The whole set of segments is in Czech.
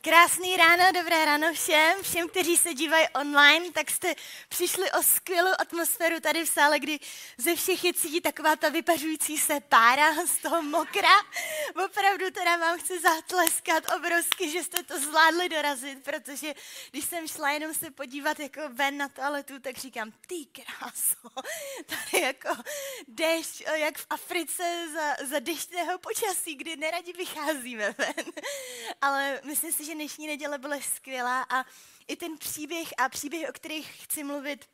Krásný ráno, dobré ráno všem, kteří se dívají online, tak jste přišli o skvělou atmosféru tady v sále, kdy ze všech je cítí taková ta vypařující se pára z toho mokra. Opravdu teda vám chci zatleskat obrovsky, že jste to zvládli dorazit, protože když jsem šla jenom se podívat jako ven na toaletu, tak říkám, ty kráso, tady jako déšť, jak v Africe za deštného počasí, kdy neradi vycházíme ven. Ale myslím si, že dnešní neděle byla skvělá a i ten příběhy, o kterých chci mluvit,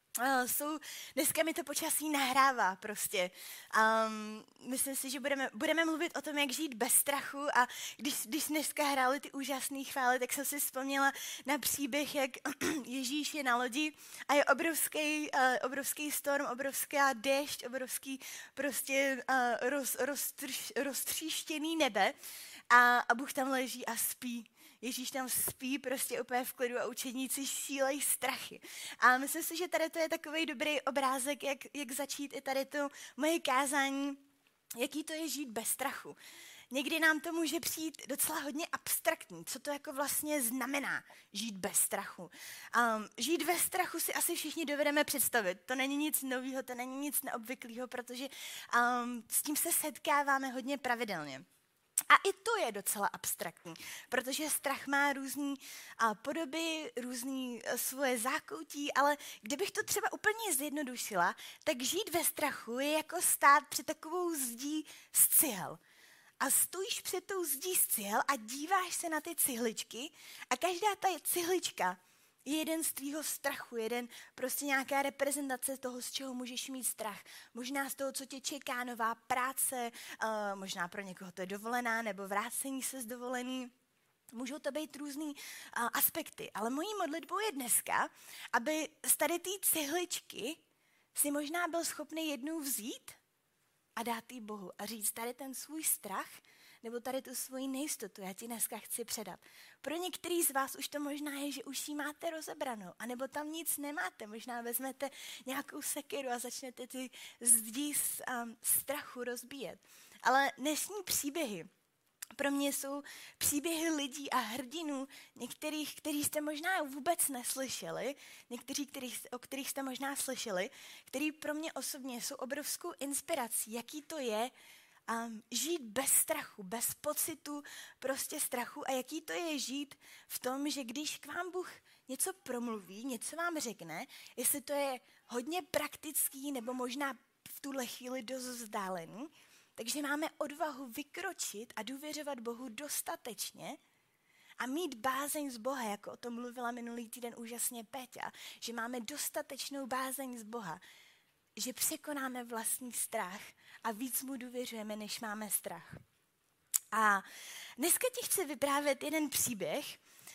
dneska mi to počasí nahrává prostě. Myslím si, že budeme mluvit o tom, jak žít bez strachu a když dneska hrály ty úžasné chvály, tak jsem si vzpomněla na příběh, jak Ježíš je na lodi a je obrovský storm, obrovská déšť, obrovský prostě roztříštěný nebe a Bůh tam leží a spí. Ježíš tam spí prostě úplně v klidu a učedníci šílejí strachy. A myslím si, že tady to je takový dobrý obrázek, jak začít i tady to moje kázání, jaký to je žít bez strachu. Někdy nám to může přijít docela hodně abstraktní, co to jako vlastně znamená žít bez strachu. Žít bez strachu si asi všichni dovedeme představit. To není nic nového, to není nic neobvyklého, protože s tím se setkáváme hodně pravidelně. A i to je docela abstraktní, protože strach má různé podoby, různé svoje zákoutí, ale kdybych to třeba úplně zjednodušila, tak žít ve strachu je jako stát před takovou zdí z cihel. A stojíš před tou zdí z cihel a díváš se na ty cihličky a každá ta cihlička je jeden z tvýho strachu, prostě nějaká reprezentace toho, z čeho můžeš mít strach. Možná z toho, co tě čeká, nová práce, možná pro někoho to je dovolená nebo vrácení se z dovolený. Můžou to být různý aspekty, ale mojí modlitbou je dneska, aby z tady té cihličky si možná byl schopný jednu vzít a dát jí Bohu a říct, tady ten svůj strach nebo tady tu svoji nejistotu, já ti dneska chci předat. Pro některý z vás už to možná je, že už ji máte rozebranou, anebo tam nic nemáte, možná vezmete nějakou sekeru a začnete ty zdi z strachu rozbíjet. Ale dnešní příběhy pro mě jsou příběhy lidí a hrdinů, některých, kteří jste možná vůbec neslyšeli, někteří, o kterých jste možná slyšeli, který pro mě osobně jsou obrovskou inspirací, jaký to je žít bez strachu, bez pocitu prostě strachu a jaký to je žít v tom, že když k vám Bůh něco promluví, něco vám řekne, jestli to je hodně praktický nebo možná v tuhle chvíli dost vzdálený, takže máme odvahu vykročit a důvěřovat Bohu dostatečně a mít bázeň z Boha, jako o tom mluvila minulý týden úžasně Péťa, že máme dostatečnou bázeň z Boha, že překonáme vlastní strach a víc mu důvěřujeme, než máme strach. A dneska ti chci vyprávět jeden příběh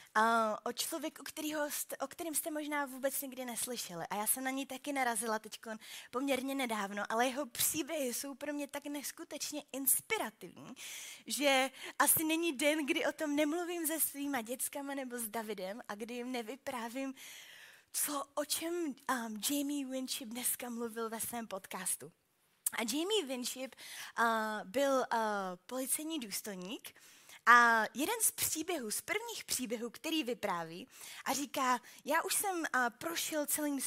o člověku, o kterém jste možná vůbec nikdy neslyšeli. A já jsem na něj taky narazila teď poměrně nedávno, ale jeho příběhy jsou pro mě tak neskutečně inspirativní, že asi není den, kdy o tom nemluvím se svýma dětskama nebo s Davidem a kdy jim nevyprávím, o čem Jamie Winship dneska mluvil ve svém podcastu. A Jamie Winship byl policejní důstojník a jeden z prvních příběhů, který vypráví a říká, já už jsem prošel celým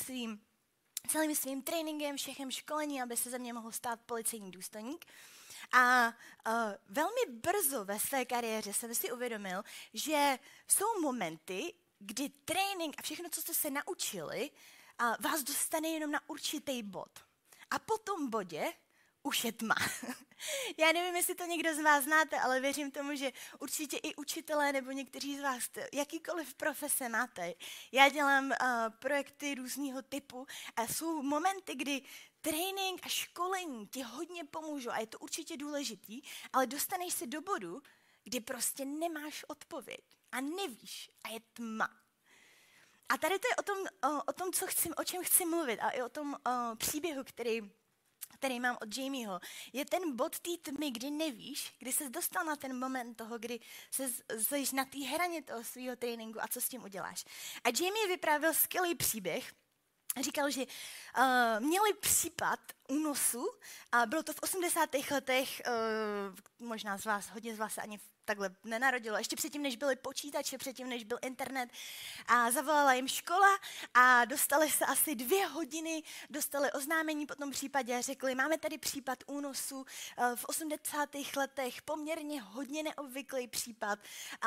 svým tréninkem, všechem školení, aby se ze mě mohl stát policejní důstojník. A velmi brzo ve své kariéře jsem si uvědomil, že jsou momenty, kdy trénink a všechno, co jste se naučili, vás dostane jenom na určitý bod. A po tom bodě už je tma. Já nevím, jestli to někdo z vás znáte, ale věřím tomu, že určitě i učitelé nebo někteří z vás jakýkoliv profese máte. Já dělám projekty různého typu a jsou momenty, kdy trénink a školení ti hodně pomůžou a je to určitě důležitý, ale dostaneš se do bodu, kdy prostě nemáš odpověď a nevíš a je tma. A tady to je o tom, o čem chci mluvit a i o tom příběhu, který mám od Jamieho. Je ten bod té tmy, kdy nevíš, kdy ses dostal na ten moment toho, kdy jsi na té hraně toho svého tréninku a co s tím uděláš. A Jamie vyprávěl skvělý příběh. Říkal, že měli případ únosu. A bylo to v 80. letech, možná hodně z vás se ani takhle nenarodilo, ještě předtím, než byly počítače, předtím, než byl internet. A zavolala jim škola a dostali se asi 2 hodiny, dostali oznámení po tom případě a řekli, máme tady případ únosu v 80. letech, poměrně hodně neobvyklý případ.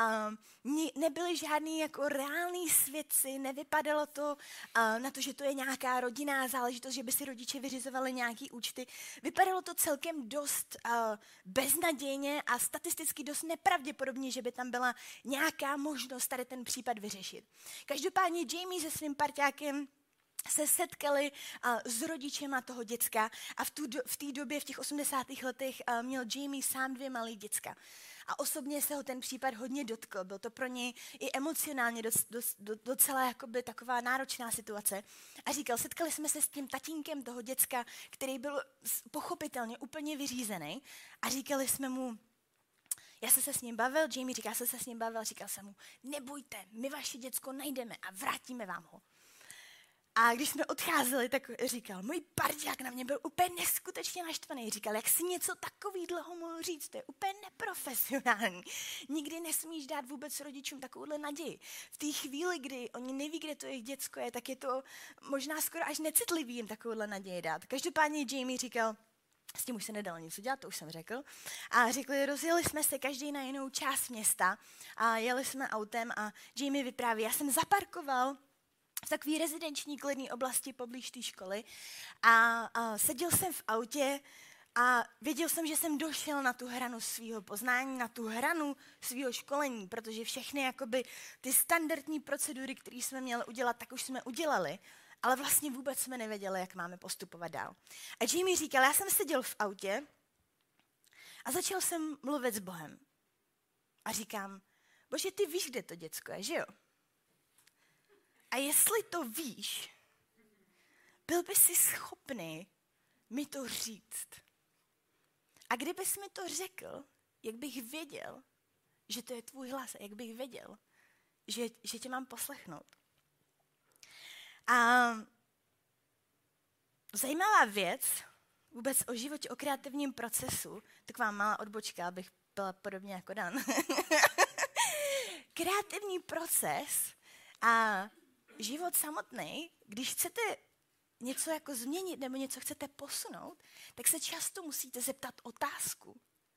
Nebyly žádný jako reální svědci, nevypadalo to na to, že to je nějaká rodinná záležitost, že by si rodiče vyřizovali nějaký účty. Vypadalo to celkem dost beznadějně a statisticky dost nepravděpodobně, že by tam byla nějaká možnost tady ten případ vyřešit. Každopádně Jamie se svým parťákem se setkali s rodičema toho děcka a v té době, v těch 80. letech, měl Jamie sám 2 malý děcka. A osobně se ho ten případ hodně dotkl. Byl to pro něj i emocionálně docela jakoby taková náročná situace. A říkal, setkali jsme se s tím tatínkem toho děcka, který byl pochopitelně úplně vyřízený. A říkali jsme mu, já jsem se s ním bavil, Jamie říká, se s ním bavil, říkal jsem mu, nebojte, my vaše děcko najdeme a vrátíme vám ho. A když jsme odcházeli, tak říkal, můj parťák na mě byl úplně neskutečně naštvaný. Říkal, jak si něco takového mohl říct, to je úplně neprofesionální. Nikdy nesmíš dát vůbec rodičům takovouhle naději. V té chvíli, kdy oni neví, kde to jejich děcko je, tak je to možná skoro až necitlivý jim takovouhle naději dát. Každopádně Jamie říkal, s tím už se nedalo nic udělat, to už jsem řekl. A řekli, rozjeli jsme se každý na jinou část města a jeli jsme autem a Jamie vypráví, já jsem zaparkoval v takové rezidenční klidné oblasti poblíž té školy a seděl jsem v autě a věděl jsem, že jsem došel na tu hranu svého poznání, na tu hranu svého školení, protože všechny jakoby ty standardní procedury, které jsme měli udělat, tak už jsme udělali, ale vlastně vůbec jsme nevěděli, jak máme postupovat dál. A Jamie říkal, já jsem seděl v autě a začal jsem mluvit s Bohem. A říkám, Bože, ty víš, kde to děcko je, že jo? A jestli to víš, byl by si schopný mi to říct. A kdybys mi to řekl, jak bych věděl, že to je tvůj hlas, jak bych věděl, že tě mám poslechnout. A zajímavá věc vůbec o životě, o kreativním procesu, taková malá odbočka, abych byla podobně jako Dan. Kreativní proces a život samotný, když chcete něco jako změnit nebo něco chcete posunout, tak se často musíte zeptat otázku.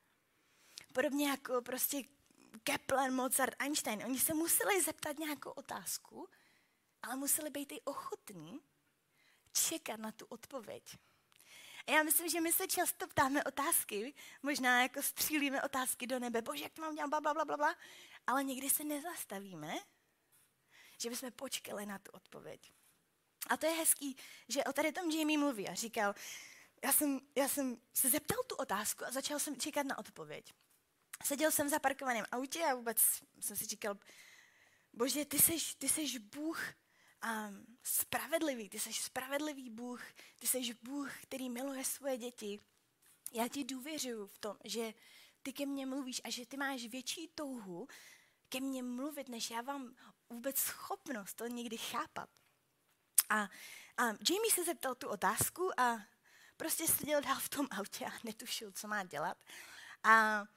Podobně jako prostě Kepler, Mozart, Einstein. Oni se museli zeptat nějakou otázku, ale museli být i ochotní čekat na tu odpověď. A já myslím, že my se často ptáme otázky, možná jako střílíme otázky do nebe, Bože, jak to mám dělat, blablabla, ale někdy se nezastavíme, že bychom počkali na tu odpověď. A to je hezký, že o tady tom Jamie mluví a říkal, já jsem se zeptal tu otázku a začal jsem čekat na odpověď. Seděl jsem v zaparkovaném autě a vůbec jsem si říkal, Bože, ty seš Bůh spravedlivý, ty seš spravedlivý Bůh, ty seš Bůh, který miluje svoje děti. Já ti důvěřuju v tom, že ty ke mně mluvíš a že ty máš větší touhu ke mně mluvit, než já vám vůbec schopnost to někdy chápat. A Jamie se zeptal tu otázku a prostě seděl dál v tom autě a netušil, co má dělat. A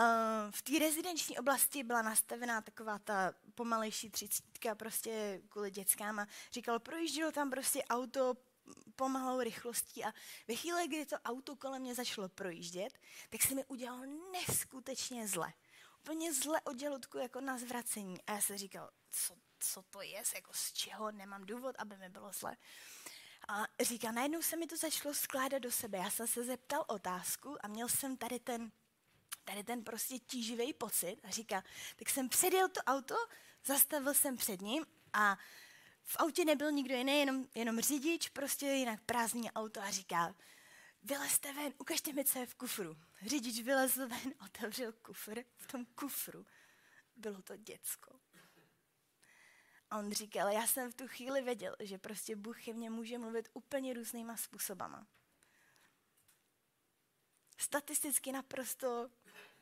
v té rezidenční oblasti byla nastavená taková ta pomalejší 30 prostě kvůli dětskám a říkal, projíždělo tam prostě auto pomalou rychlostí a ve chvíli, kdy to auto kolem mě začalo projíždět, tak se mi udělalo neskutečně zle. Úplně zle od žaludku jako na zvracení. A já jsem říkal, co to je, jako z čeho, nemám důvod, aby mi bylo zle. A říká, najednou se mi to začalo skládat do sebe. Já jsem se zeptal otázku a měl jsem tady ten prostě tíživý pocit. A říká, tak jsem předjel to auto, zastavil jsem před ním a v autě nebyl nikdo jiný, jenom řidič, prostě jinak prázdný auto a říká, vylezte ven, ukažte mi, co je v kufru. Řidič vylezl ven, otevřel kufr, v tom kufru bylo to děcko. A on říkal, já jsem v tu chvíli věděl, že prostě Bůh ke mně může mluvit úplně různýma způsobama. Statisticky naprosto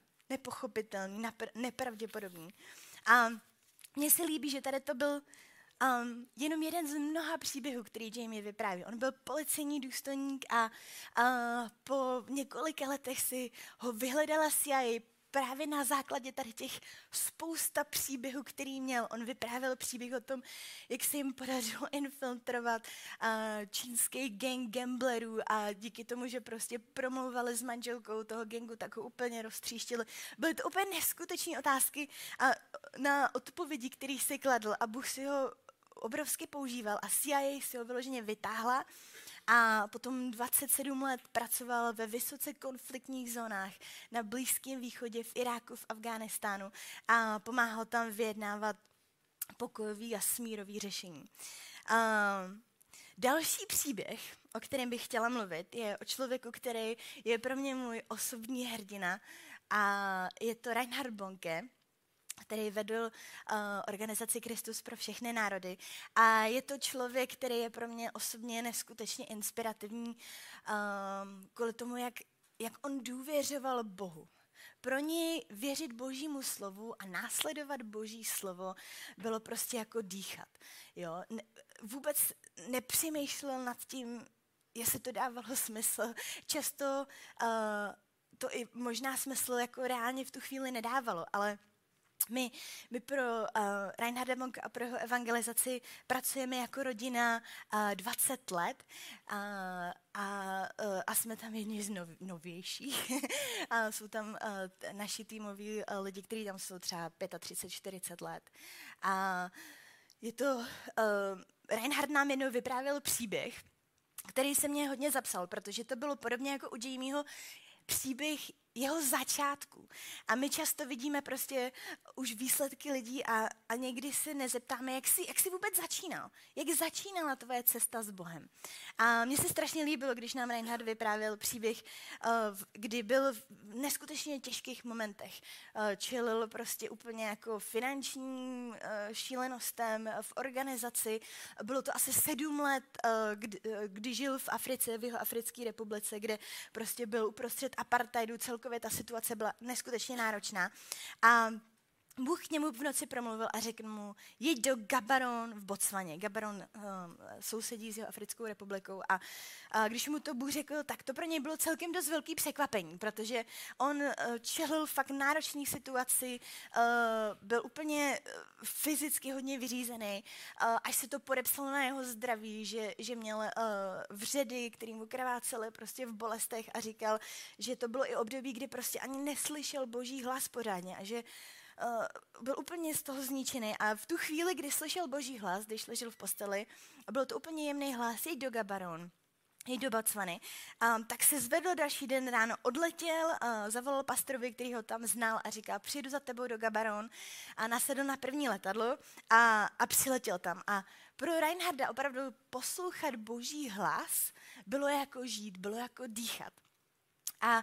nepochopitelný, nepravděpodobný. A mně se líbí, že tady to byl jenom jeden z mnoha příběhů, který Jamie vypráví. On byl policejní důstojník a po několika letech si ho vyhledala CIA právě na základě tady těch spousta příběhů, který měl. On vyprávěl příběh o tom, jak se jim podařilo infiltrovat čínský gang gamblerů a díky tomu, že prostě promlouvali s manželkou toho gangu, tak ho úplně roztříštili. Byly to úplně neskutečné otázky na odpovědi, který si kladl a Bůh si ho obrovsky používal a CIA si ho vyloženě vytáhla a potom 27 let pracoval ve vysoce konfliktních zónách na Blízkém východě, v Iráku, v Afghánistánu a pomáhal tam vyjednávat pokojový a smírový řešení. Další příběh, o kterém bych chtěla mluvit, je o člověku, který je pro mě můj osobní hrdina a je to Reinhard Bonke, který vedl organizaci Kristus pro všechny národy. A je to člověk, který je pro mě osobně neskutečně inspirativní kvůli tomu, jak on důvěřoval Bohu. Pro něj věřit Božímu slovu a následovat Boží slovo bylo prostě jako dýchat. Jo? Vůbec nepřemýšlel nad tím, jestli to dávalo smysl. Často to i možná smysl jako reálně v tu chvíli nedávalo, ale my pro Reinharda Bonka a pro jeho evangelizaci pracujeme jako rodina 20 let a jsme tam jedni z novějších. A jsou tam naši týmoví lidi, kteří tam jsou třeba 35-40 let. A je to, Reinhard nám jednou vyprávěl příběh, který se mě hodně zapsal, protože to bylo podobně jako u Jamieho příběh jeho začátku. A my často vidíme prostě už výsledky lidí a někdy se nezeptáme, jak jsi vůbec začínal. Jak začínala tvoje cesta s Bohem. A mně se strašně líbilo, když nám Reinhard vyprávěl příběh, kdy byl v neskutečně těžkých momentech. Čelil prostě úplně jako finančním šílenostem v organizaci. Bylo to asi 7 let, kdy žil v Africe, v jeho Africké republice, kde prostě byl uprostřed apartheidu, celkově ta situace byla neskutečně náročná. A Bůh k němu v noci promluvil a řekl mu, jeď do Gaborone v Botswaně. Gaborone sousedí s jeho Africkou republikou. A když mu to Bůh řekl, tak to pro něj bylo celkem dost velký překvapení, protože on čelil fakt náročný situaci, byl úplně fyzicky hodně vyřízený, až se to podepsalo na jeho zdraví, že měl vředy, který mu krvácely prostě v bolestech a říkal, že to bylo i období, kdy prostě ani neslyšel Boží hlas pořádně a že byl úplně z toho zničený a v tu chvíli, kdy slyšel Boží hlas, když ležel v posteli, a byl to úplně jemný hlas, jeď do Gaborone, jeď do Botswany, tak se zvedl další den ráno, odletěl, zavolal pastorovi, který ho tam znal a říkal, přijdu za tebou do Gaborone a nasedl na první letadlo a přiletěl tam. A pro Reinharda opravdu poslouchat Boží hlas bylo jako žít, bylo jako dýchat. A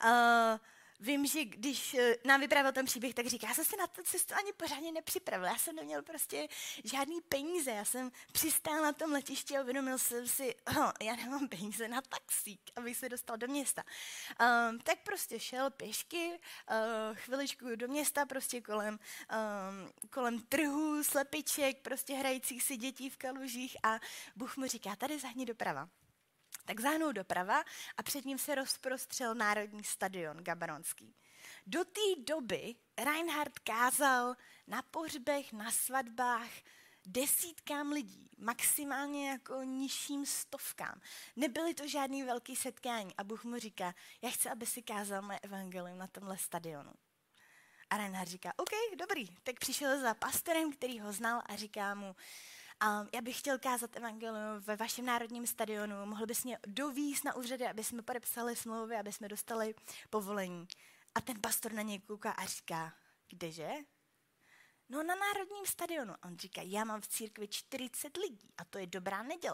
vím, že když nám vyprávěl ten příběh, tak říká, já jsem se na tu cestu ani pořádně nepřipravil. Já jsem neměl prostě žádný peníze. Já jsem přistál na tom letišti a uvědomil jsem si, já nemám peníze na taxík, abych se dostal do města. Tak prostě šel pěšky, chviličku do města, prostě kolem trhů, slepiček, prostě hrajících si dětí v kalužích a Bůh mu říká, tady zahni doprava. Tak zahnul doprava a před ním se rozprostřel Národní stadion gaboronský. Do té doby Reinhard kázal na pohřbech, na svatbách desítkám lidí, maximálně jako nižším stovkám. Nebyly to žádný velký setkání a Bůh mu říká, já chci, aby si kázal moje evangelium na tomhle stadionu. A Reinhard říká, OK, dobrý. Tak přišel za pastorem, který ho znal a říká mu, já bych chtěl kázat evangelium ve vašem národním stadionu, mohl bys mě dovízt na úřady, aby jsme podepsali smlouvy, aby jsme dostali povolení. A ten pastor na něj kouká a říká, kdeže? No na národním stadionu. A on říká, já mám v církvi 40 lidí a to je dobrá neděle.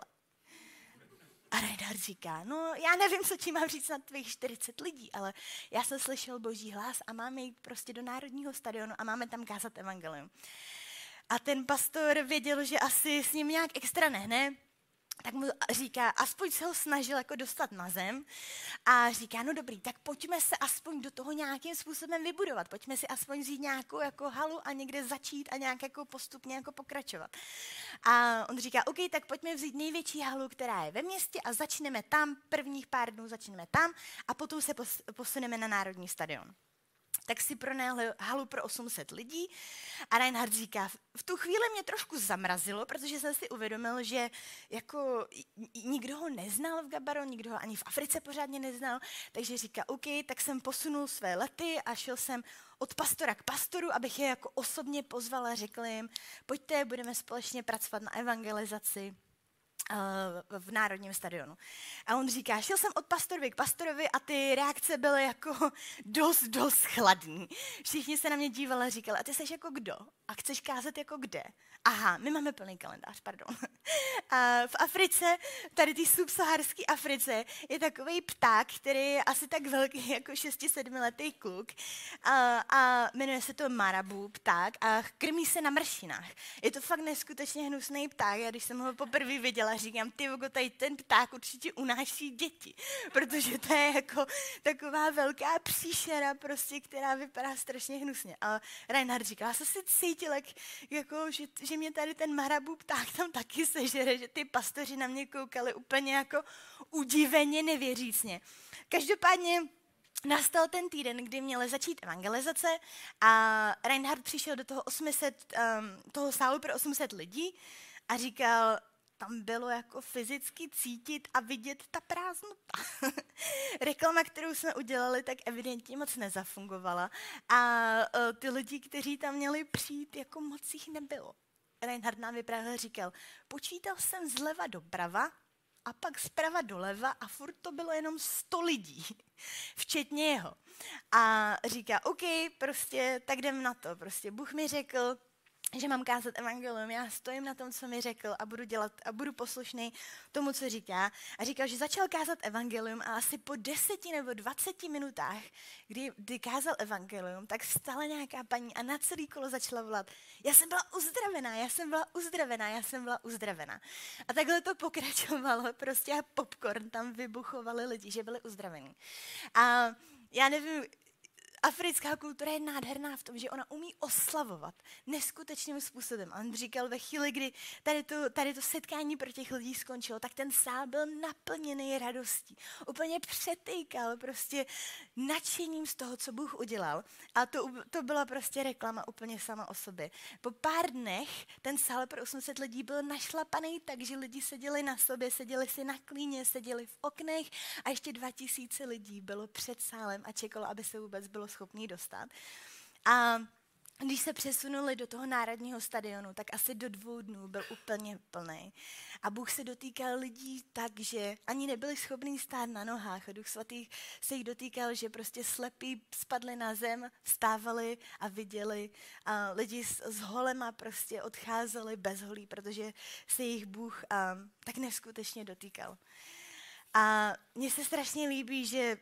A Reinhard říká, no já nevím, co ti mám říct na tvých 40 lidí, ale já jsem slyšel Boží hlas a máme jít prostě do národního stadionu a máme tam kázat evangelium. A ten pastor věděl, že asi s ním nějak extra nehne, tak mu říká, aspoň se ho snažil jako dostat na zem a říká, no dobrý, tak pojďme se aspoň do toho nějakým způsobem vybudovat, pojďme si aspoň vzít nějakou jako halu a někde začít a nějak jako postupně jako pokračovat. A on říká, OK, tak pojďme vzít největší halu, která je ve městě a začneme tam, prvních pár dnů začneme tam a potom se posuneme na Národní stadion. Tak si pronajali halu pro 800 lidí a Reinhard říká, v tu chvíli mě trošku zamrazilo, protože jsem si uvědomil, že jako nikdo ho neznal v Gabaro, nikdo ho ani v Africe pořádně neznal, takže říká, OK, tak jsem posunul své lety a šel jsem od pastora k pastoru, abych je jako osobně pozval a řekl jim, pojďte, budeme společně pracovat na evangelizaci v Národním stadionu. A on říká, šel jsem od pastorovi k pastorovi a ty reakce byly jako dost chladný. Všichni se na mě dívali a říkali, a ty seš jako kdo? A chceš kázat jako kde? Aha, my máme plný kalendář, pardon. A v Africe, tady té subsaharské Africe, je takový pták, který je asi tak velký jako 6-7 letý kluk a jmenuje se to marabu pták a krmí se na mršinách. Je to fakt neskutečně hnusný pták. Já když jsem ho poprvé viděla, říkám, ty vogo, tady ten pták určitě unáší děti, protože to je jako taková velká příšera prostě, která vypadá strašně hnusně. A Reinhard říkal, já jsem si cítil, jako, že mě tady ten marabu pták tam taky sežere, že ty pastoři na mě koukali úplně jako udiveně nevěřícně. Každopádně nastal ten týden, kdy měly začít evangelizace a Reinhard přišel do toho sálu pro 800 lidí a říkal, tam bylo jako fyzicky cítit a vidět ta prázdnota. Reklama, kterou jsme udělali, tak evidentně moc nezafungovala a ty lidi, kteří tam měli přijít, jako moc jich nebylo. Reinhard nám vyprávěl, říkal, počítal jsem zleva doprava a pak zprava doleva a furt to bylo jenom 100 lidí, včetně jeho. A říká, OK, prostě tak jdem na to. Prostě Bůh mi řekl, že mám kázat evangelium, já stojím na tom, co mi řekl a budu dělat a budu poslušný tomu, co říká. A říkal, že začal kázat evangelium a asi po 10 nebo 20 minutách, kdy kázal evangelium, tak stala nějaká paní a na celý kolo začala volat, já jsem byla uzdravená, já jsem byla uzdravená, já jsem byla uzdravená. A takhle to pokračovalo, prostě a popcorn tam vybuchovali lidi, že byli uzdravení. A já nevím, africká kultura je nádherná v tom, že ona umí oslavovat neskutečným způsobem. A on říkal ve chvíli, kdy tady to setkání pro těch lidí skončilo, tak ten sál byl naplněný radostí. Úplně přetejkal prostě nadšením z toho, co Bůh udělal. A to byla prostě reklama úplně sama o sobě. Po pár dnech ten sál pro 800 lidí byl našlapaný tak, že lidi seděli na sobě, seděli si na klíně, seděli v oknech a ještě 2000 lidí bylo před sálem a čekalo, aby se vůbec bylo schopný dostat. A když se přesunuli do toho Národního stadionu, tak asi do 2 dnů byl úplně plný. A Bůh se dotýkal lidí tak, že ani nebyli schopní stát na nohách. A Duch svatý se jich dotýkal, že prostě slepí spadli na zem, vstávali a viděli. A lidi s holema prostě odcházeli bez holí, protože se jich Bůh tak neskutečně dotýkal. A mně se strašně líbí, že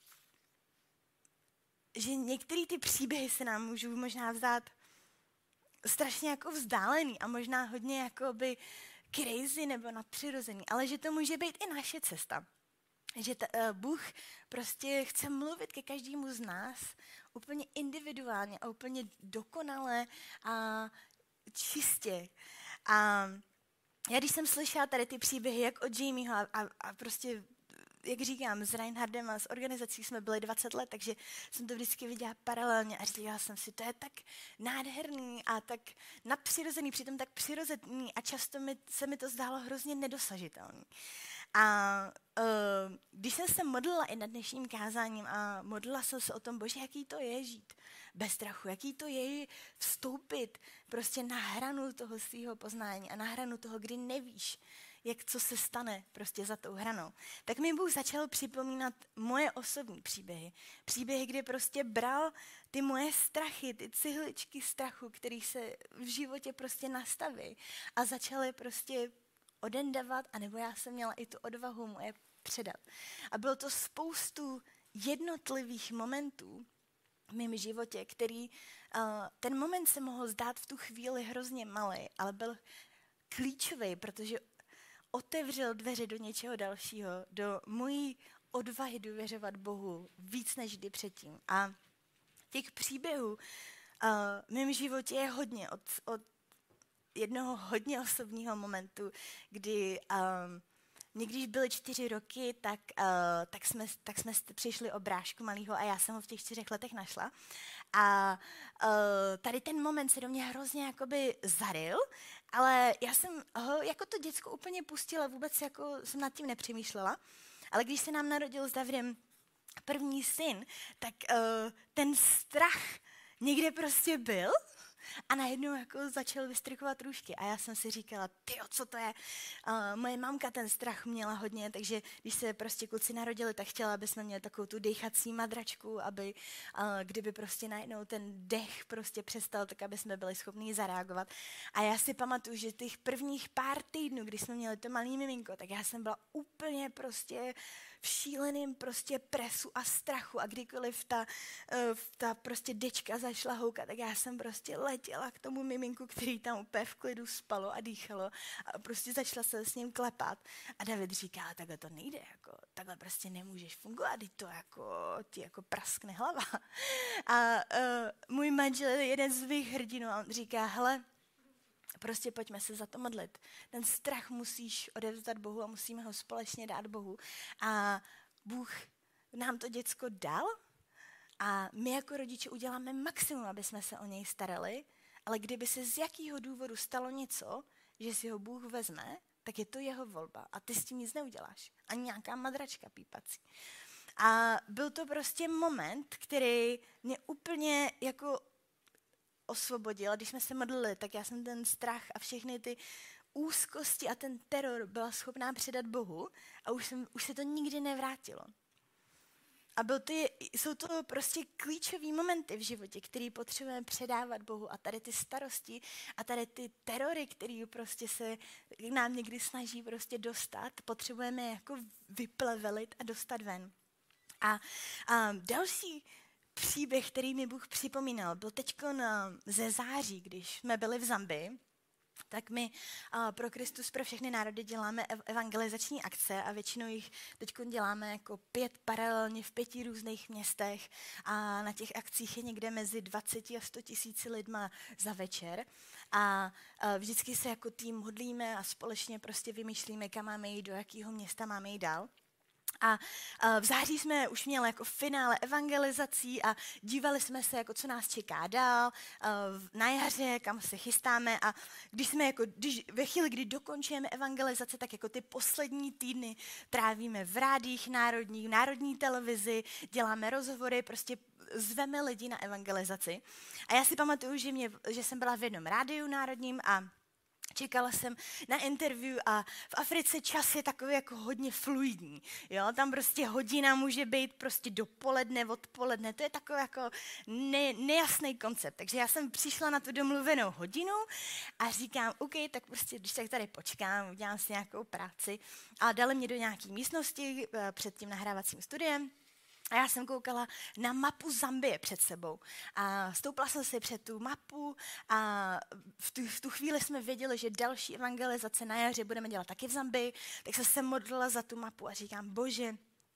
některé ty příběhy se nám můžou možná vzdát strašně jako vzdálený a možná hodně jakoby crazy nebo nadpřirozený, ale že to může být i naše cesta. Že Bůh prostě chce mluvit ke každému z nás úplně individuálně a úplně dokonale a čistě. A já když jsem slyšela tady ty příběhy, jak od Jamieho a prostě jak říkám, s Reinhardem a s organizací jsme byli 20 let, takže jsem to vždycky viděla paralelně a říkala jsem si, to je tak nádherný a tak nadpřirozený, přitom tak přirozený a často se mi to zdálo hrozně nedosažitelný. A když jsem se modlila i nad dnešním kázáním a modlila jsem se o tom, Bože, jaký to je žít bez strachu, jaký to je vstoupit prostě na hranu toho svého poznání a na hranu toho, kdy nevíš, co se stane prostě za tou hranou. Tak mi Bůh začal připomínat moje osobní příběhy. Příběhy, kdy prostě bral ty moje strachy, ty cihličky strachu, který se v životě prostě nastaví a začaly prostě odendávat, anebo já jsem měla i tu odvahu mu je předat. A bylo to spoustu jednotlivých momentů v mém životě, který ten moment se mohl zdát v tu chvíli hrozně malý, ale byl klíčový, protože otevřel dveře do něčeho dalšího, do mojí odvahy důvěřovat Bohu víc než kdy předtím. A těch příběhů v mém životě je hodně. Od jednoho hodně osobního momentu, kdy když byly 4 roky, tak jsme přišli o brášku malýho a já jsem ho v těch 4 letech našla. A tady ten moment se do mě hrozně jakoby zaryl, ale já jsem ho jako to děcko úplně pustila, vůbec jako jsem nad tím nepřemýšlela. Ale když se nám narodil s Davidem první syn, tak ten strach někde prostě byl a najednou jako začal vystrkovat růžky. A já jsem si říkala, tyjo, co to je? Moje mamka ten strach měla hodně, takže když se prostě kluci narodili, tak chtěla, aby jsme měli takovou tu dechací madračku, aby kdyby prostě najednou ten dech prostě přestal, tak aby jsme byli schopni zareagovat. A já si pamatuju, že těch prvních pár týdnů, kdy jsme měli to malý miminko, tak já jsem byla úplně prostě v šíleném prostě presu a strachu a kdykoliv ta prostě dečka začala houkat, tak já jsem prostě letěla k tomu miminku, který tam úplně v klidu spalo a dýchalo a prostě začala se s ním klepat a David říká, takhle to nejde, jako, takhle prostě nemůžeš fungovat, ti jako praskne hlava. A můj manžel je jeden z mých hrdinů a on říká, hele, prostě pojďme se za to modlit. Ten strach musíš odevzdat Bohu a musíme ho společně dát Bohu. A Bůh nám to děcko dal a my jako rodiče uděláme maximum, aby jsme se o něj starali, ale kdyby se z jakého důvodu stalo něco, že si ho Bůh vezme, tak je to jeho volba a ty s tím nic neuděláš. Ani nějaká madračka pípací. A byl to prostě moment, který mě úplně jako osvobodil. Když jsme se modlili, tak já jsem ten strach a všechny ty úzkosti a ten teror byla schopná předat Bohu a už se to nikdy nevrátilo. A jsou to prostě klíčové momenty v životě, které potřebujeme předávat Bohu a tady ty starosti a tady ty terory, které prostě se k nám někdy snaží prostě dostat, potřebujeme jako vyplevelit a dostat ven. A další příběh, který mi Bůh připomínal, byl teďko ze září, když jsme byli v Zambii, tak my pro Kristus, pro všechny národy děláme evangelizační akce a většinou jich teďko děláme jako 5 paralelně v 5 různých městech a na těch akcích je někde mezi 20 a 100 tisíci lidma za večer a vždycky se jako tým modlíme a společně prostě vymýšlíme, kam máme jít, do jakého města máme jít dál. A v září jsme už měli jako finále evangelizací a dívali jsme se, jako co nás čeká dál, na jaře, kam se chystáme a ve chvíli, kdy dokončujeme evangelizace, tak jako ty poslední týdny trávíme v rádiích národních, v národní televizi, děláme rozhovory, prostě zveme lidi na evangelizaci. A já si pamatuju, že jsem byla v jednom rádiu národním a čekala jsem na interview a v Africe čas je takový jako hodně fluidní. Jo? Tam prostě hodina může být prostě dopoledne, odpoledne. To je takový jako nejasný koncept. Takže já jsem přišla na tu domluvenou hodinu a říkám, OK, tak prostě když tak tady počkám, udělám si nějakou práci. A dali mě do nějaké místnosti před tím nahrávacím studiem. A já jsem koukala na mapu Zambie před sebou a stoupla jsem si před tu mapu a v tu chvíli jsme věděli, že další evangelizace na jaře budeme dělat taky v Zambii, tak jsem se modlila za tu mapu a říkám, Bože,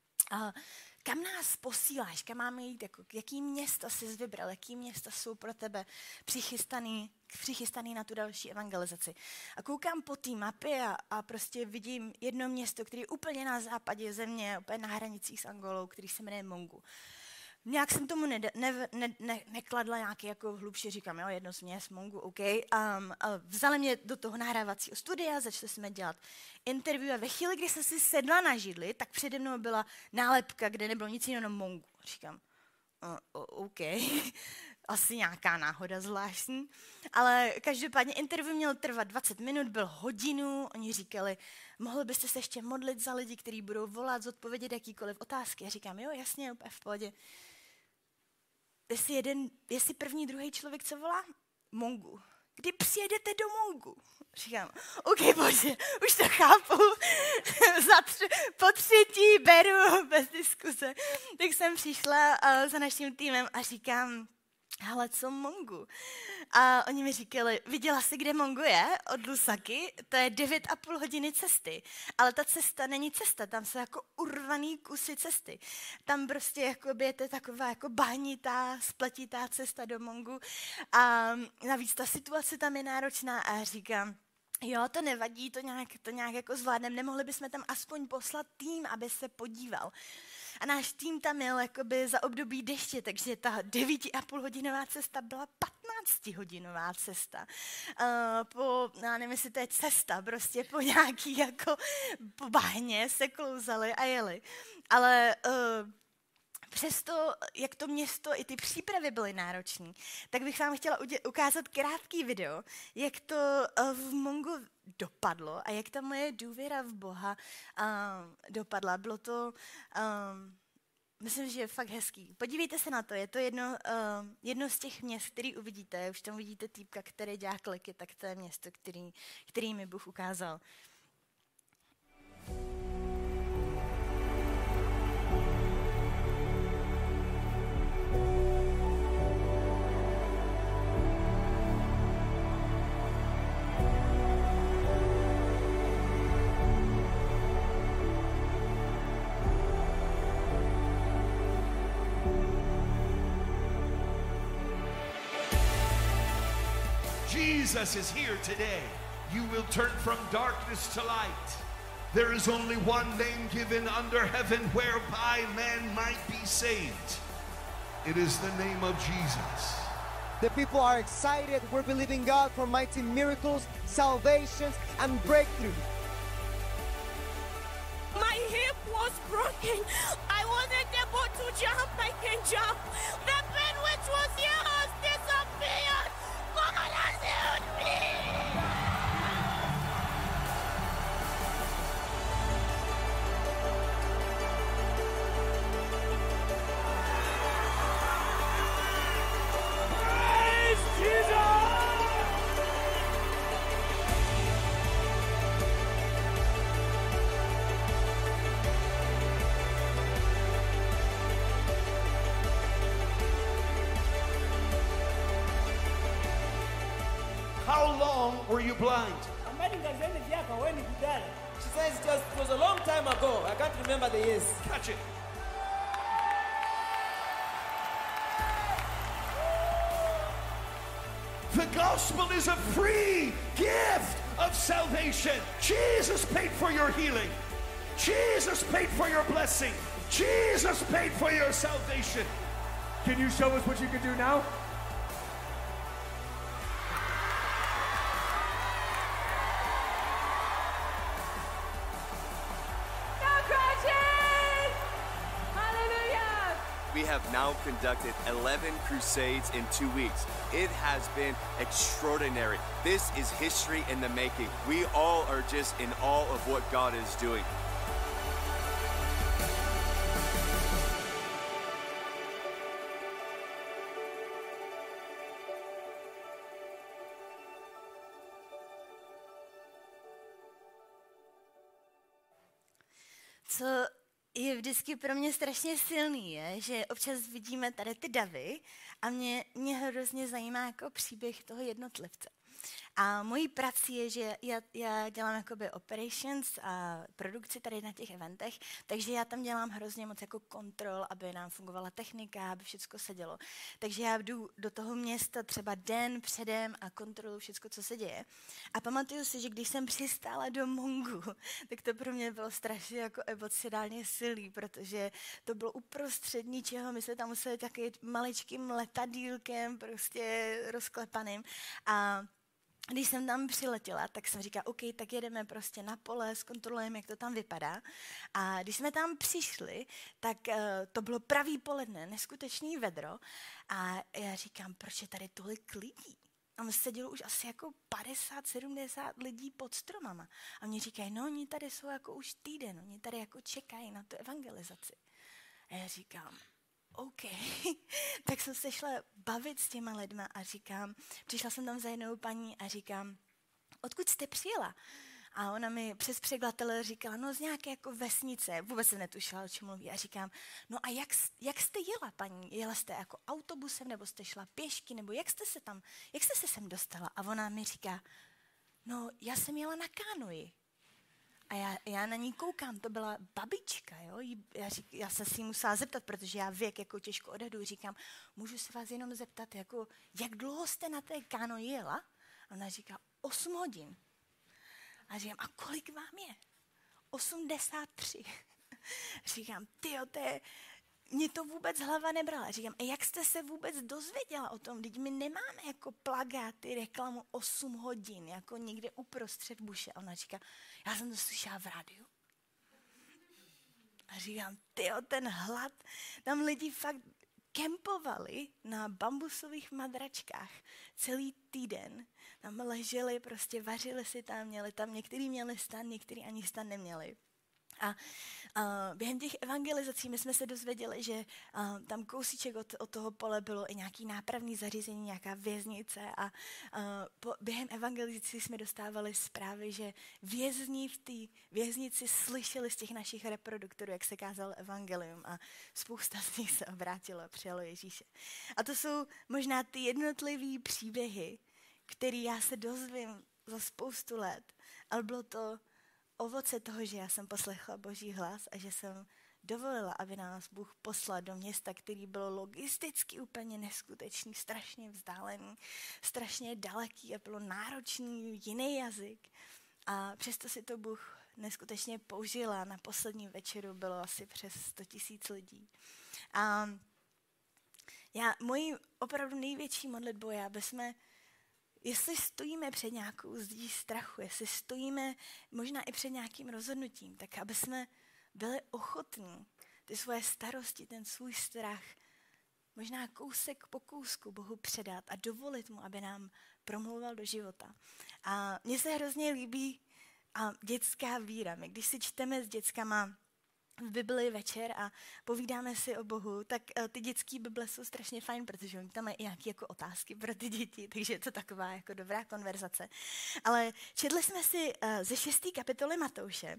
kam nás posíláš, kam máme jít, jako, jaký města jsi vybral, jaký města jsou pro tebe přichystaný na tu další evangelizaci. A koukám po té mapě a prostě vidím jedno město, které je úplně na západě země, úplně na hranicích s Angolou, který se jmenuje Mongu. Nějak jsem tomu nekladla nějaký jako hlubší, říkám, jo, jedno z měst, Mongu, OK. Vzali mě do toho nahrávacího studia, začali jsme dělat interview a ve chvíli, kdy jsem si sedla na židli, tak přede mnou byla nálepka, kde nebylo nic jiného, jenom Mongu. Říkám, OK, asi nějaká náhoda zvláštní, ale každopádně interview měl trvat 20 minut, byl hodinu, oni říkali, mohli byste se ještě modlit za lidi, kteří budou volat, zodpovědět jakýkoliv otázky. Já říkám, jo, jasně, úplně v pohodě. Jestli první, druhý člověk, co volá? Mongu. Kdy přijedete do Mongu? Říkám, OK, Bože, už to chápu. Po třetí beru bez diskuse. Tak jsem přišla za naším týmem a říkám, hele, co Mongu? A oni mi říkali, viděla jsi, kde Mongu je? Od Lusaki, to je 9,5 hodiny cesty. Ale ta cesta není cesta, tam jsou jako urvaný kusy cesty. Tam prostě jakoby je to taková jako bahnitá, spletitá cesta do Mongu. A navíc ta situace tam je náročná a já říkám, jo, to nevadí, to nějak jako zvládneme, nemohli bychom tam aspoň poslat tým, aby se podíval. A náš tým tam jel jakoby za období deště, takže ta 9,5 hodinová cesta byla 15hodinová cesta. Já nevím, jestli to je cesta, prostě po nějaký jako po bahně se klouzali a jeli. Ale přesto, jak to město i ty přípravy byly náročné, tak bych vám chtěla ukázat krátký video, jak to v Mongu dopadlo a jak ta moje důvěra v Boha dopadla. Bylo to, myslím, že je fakt hezký. Podívejte se na to, je to jedno z těch měst, který uvidíte. Už tam vidíte týpka, který dělá kliky, tak to je město, který mi Bůh ukázal. Jesus is here today. You will turn from darkness to light. There is only one name given under heaven whereby man might be saved. It is the name of Jesus. The people are excited. We're believing God for mighty miracles, salvations, and breakthrough. My hip was broken. I wasn't able to jump. I can jump. The pain which was here has disappeared. God has healed me. Praise Jesus! How long were you blind? She says it was a long time ago. I can't remember the years. Catch it. The gospel is a free gift of salvation. Jesus paid for your healing. Jesus paid for your blessing. Jesus paid for your salvation. Can you show us what you can do now? We have now conducted 11 crusades in 2 weeks. It has been extraordinary. This is history in the making. We all are just in awe of what God is doing. Co je vždycky pro mě strašně silný, je, že občas vidíme tady ty davy a mě hrozně zajímá jako příběh toho jednotlivce. A mojí prací je, že já dělám jakoby operations a produkci tady na těch eventech, takže já tam dělám hrozně moc jako kontrol, aby nám fungovala technika, aby všechno se dělo. Takže já jdu do toho města třeba den předem a kontroluji všechno, co se děje. A pamatuju si, že když jsem přistála do Mongu, tak to pro mě bylo strašně jako emocionálně silný, protože to bylo uprostřed ničeho, my jsme tam museli taky maličkým letadýlkem prostě rozklepaným a když jsem tam přiletěla, tak jsem říkala, OK, tak jedeme prostě na pole, zkontrolujeme, jak to tam vypadá. A když jsme tam přišli, tak to bylo pravý poledne, neskutečný vedro. A já říkám, proč je tady tolik lidí? Tam sedělo už asi jako 50-70 lidí pod stromama. A oni říkají, no oni tady jsou jako už týden, oni tady jako čekají na tu evangelizaci. A já říkám, OK, tak jsem se šla bavit s těma lidma a říkám, přišla jsem tam za jednou paní a říkám, odkud jste přijela? A ona mi přes překladatele říkala, no z nějaké jako vesnice, vůbec se netušila, o čem mluví. A říkám, no a jak jste jela, paní? Jela jste jako autobusem, nebo jste šla pěšky, nebo jak jste se sem dostala? A ona mi říká, no já jsem jela na kánoji. A já na ní koukám, to byla babička, jo? Já se si musela zeptat, protože já věk jako těžko odhadu, říkám, můžu se vás jenom zeptat, jako, jak dlouho jste na té kánoji jela? A ona říká, 8 hodin. A říkám, a kolik vám je? 83. Říkám, tyjo, mě to vůbec hlava nebrala. Říkám, a jak jste se vůbec dozvěděla o tom? Vždyť my nemáme jako plagáty, reklamu 8 hodin, jako někde uprostřed buše. A ona říká, já jsem to slyšela v rádiu. A říkám, tyjo, ten hlad, tam lidi fakt kempovali na bambusových madračkách celý týden. Tam leželi, prostě vařili si tam, některý měli stan, některý ani stan neměli. A během těch evangelizací my jsme se dozvěděli, že tam kousíček od toho pole bylo i nějaký nápravní zařízení, nějaká věznice a během evangelizací jsme dostávali zprávy, že vězni v té věznici slyšeli z těch našich reproduktorů, jak se kázalo evangelium a spousta z nich se obrátilo a přijalo Ježíše. A to jsou možná ty jednotlivý příběhy, které já se dozvím za spoustu let, ale bylo to ovoce toho, že já jsem poslechla Boží hlas a že jsem dovolila, aby nás Bůh poslal do města, který bylo logisticky úplně neskutečný, strašně vzdálený, strašně daleký a bylo náročný, jiný jazyk. A přesto si to Bůh neskutečně použila. Na poslední večeru bylo asi přes 100 000 lidí. A mojí opravdu největší modlitbou je, aby jsme, jestli stojíme před nějakou zdí strachu, jestli stojíme možná i před nějakým rozhodnutím, tak aby jsme byli ochotní ty svoje starosti, ten svůj strach, možná kousek po kousku Bohu předat a dovolit mu, aby nám promlouval do života. A mně se hrozně líbí dětská víra. My když si čteme s dětskama v Bibli večer a povídáme si o Bohu, tak ty dětské Bible jsou strašně fajn, protože oni tam mají i nějaké jako otázky pro ty děti, takže je to taková jako dobrá konverzace. Ale četli jsme si ze 6. kapitoly Matouše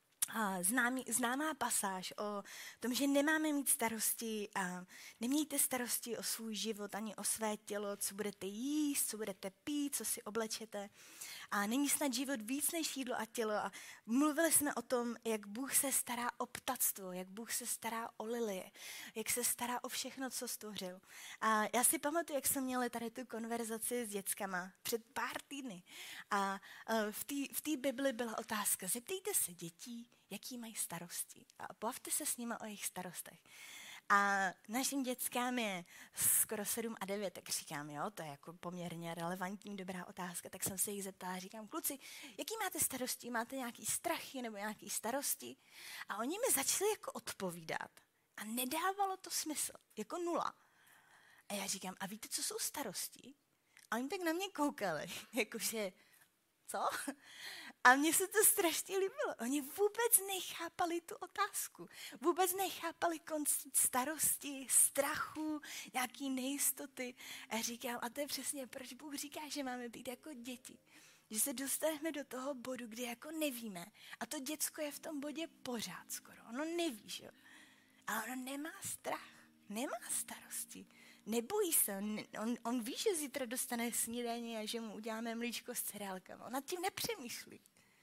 známá pasáž o tom, že nemáme mít starosti a nemějte starosti o svůj život ani o své tělo, co budete jíst, co budete pít, co si oblečete. A není snad život víc než jídlo a tělo. A mluvili jsme o tom, jak Bůh se stará o ptactvo, jak Bůh se stará o lilie, jak se stará o všechno, co stvořil. A já si pamatuju, jak jsme měli tady tu konverzaci s dětskama před pár týdny. A v té Bibli byla otázka, zeptejte se dětí, jaký mají starosti. A bavte se s nimi o jejich starostech. A našim dětskám je skoro 7 a 9, tak říkám, jo, to je jako poměrně relevantní, dobrá otázka, tak jsem se jich zeptala, říkám, kluci, jaký máte starosti, máte nějaký strachy nebo nějaký starosti? A oni mi začali jako odpovídat a nedávalo to smysl, jako 0. A já říkám, a víte, co jsou starosti? A oni tak na mě koukali, jakože, co? A mně se to strašně líbilo. Oni vůbec nechápali tu otázku. Vůbec nechápali koncept starosti, strachu, nějaký nejistoty. A říkám, a to je přesně, proč Bůh říká, že máme být jako děti. Že se dostaneme do toho bodu, kdy jako nevíme. A to děcko je v tom bodě pořád skoro. Ono neví, že jo. A ono nemá strach, nemá starosti. Nebojí se, on ví, že zítra dostane snídaní a že mu uděláme mlíčko s cereálkama. On nad tím nepřemýšlí.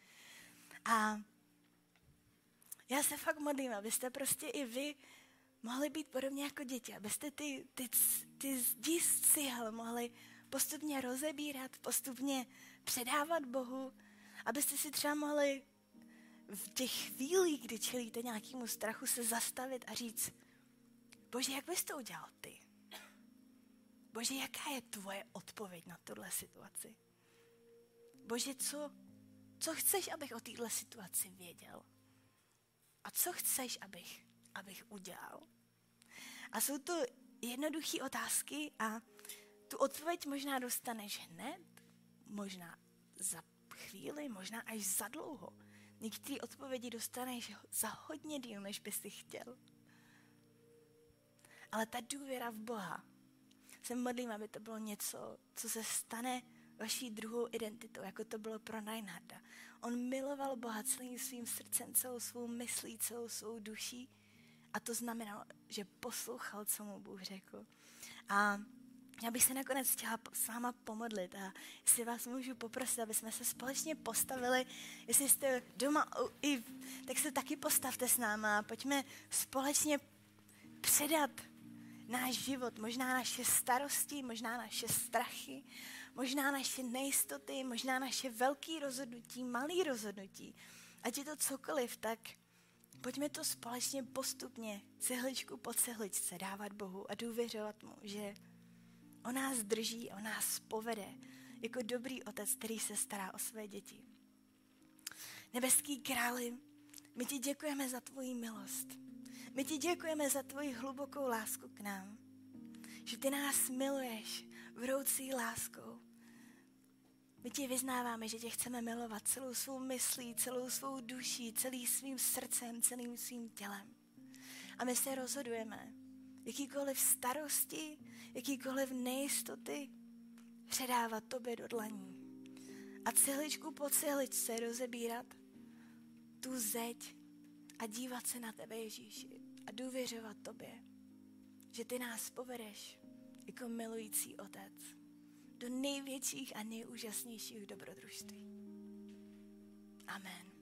A já se fakt modlím, abyste prostě i vy mohli být podobně jako děti, abyste ty zdi z cihel mohli postupně rozebírat, postupně předávat Bohu, abyste si třeba mohli v těch chvílích, kdy čelíte nějakému strachu, se zastavit a říct, Bože, jak bys to udělal ty? Bože, jaká je tvoje odpověď na tuhle situaci? Bože, co chceš, abych o téhle situaci věděl? A co chceš, abych udělal? A jsou to jednoduché otázky a tu odpověď možná dostaneš hned, možná za chvíli, možná až za dlouho. Některé odpovědi dostaneš za hodně díl, než bys si chtěl. Ale ta důvěra v Boha, se modlím, aby to bylo něco, co se stane vaší druhou identitou, jako to bylo pro Reinharda. On miloval Boha celým svým srdcem, celou svou myslí, celou svou duší a to znamenalo, že poslouchal, co mu Bůh řekl. A já bych se nakonec chtěla s váma pomodlit a jestli vás můžu poprosit, aby jsme se společně postavili, jestli jste doma, tak se taky postavte s náma a pojďme společně předat náš život, možná naše starosti, možná naše strachy, možná naše nejistoty, možná naše velké rozhodnutí, malé rozhodnutí. Ať je to cokoliv, tak pojďme to společně postupně, cihličku po cihličce dávat Bohu a důvěřovat mu, že on nás drží, on nás povede jako dobrý otec, který se stará o své děti. Nebeský králi, my ti děkujeme za tvoji milost. My ti děkujeme za tvoji hlubokou lásku k nám. Že ty nás miluješ vroucí láskou. My ti vyznáváme, že tě chceme milovat celou svou myslí, celou svou duší, celým svým srdcem, celým svým tělem. A my se rozhodujeme, jakýkoliv starosti, jakýkoliv nejistoty předávat tobě do dlaní. A cihličku po cihličce rozebírat tu zeď a dívat se na tebe, Ježíši, a důvěřovat tobě, že ty nás povedeš jako milující otec do největších a nejúžasnějších dobrodružství. Amen.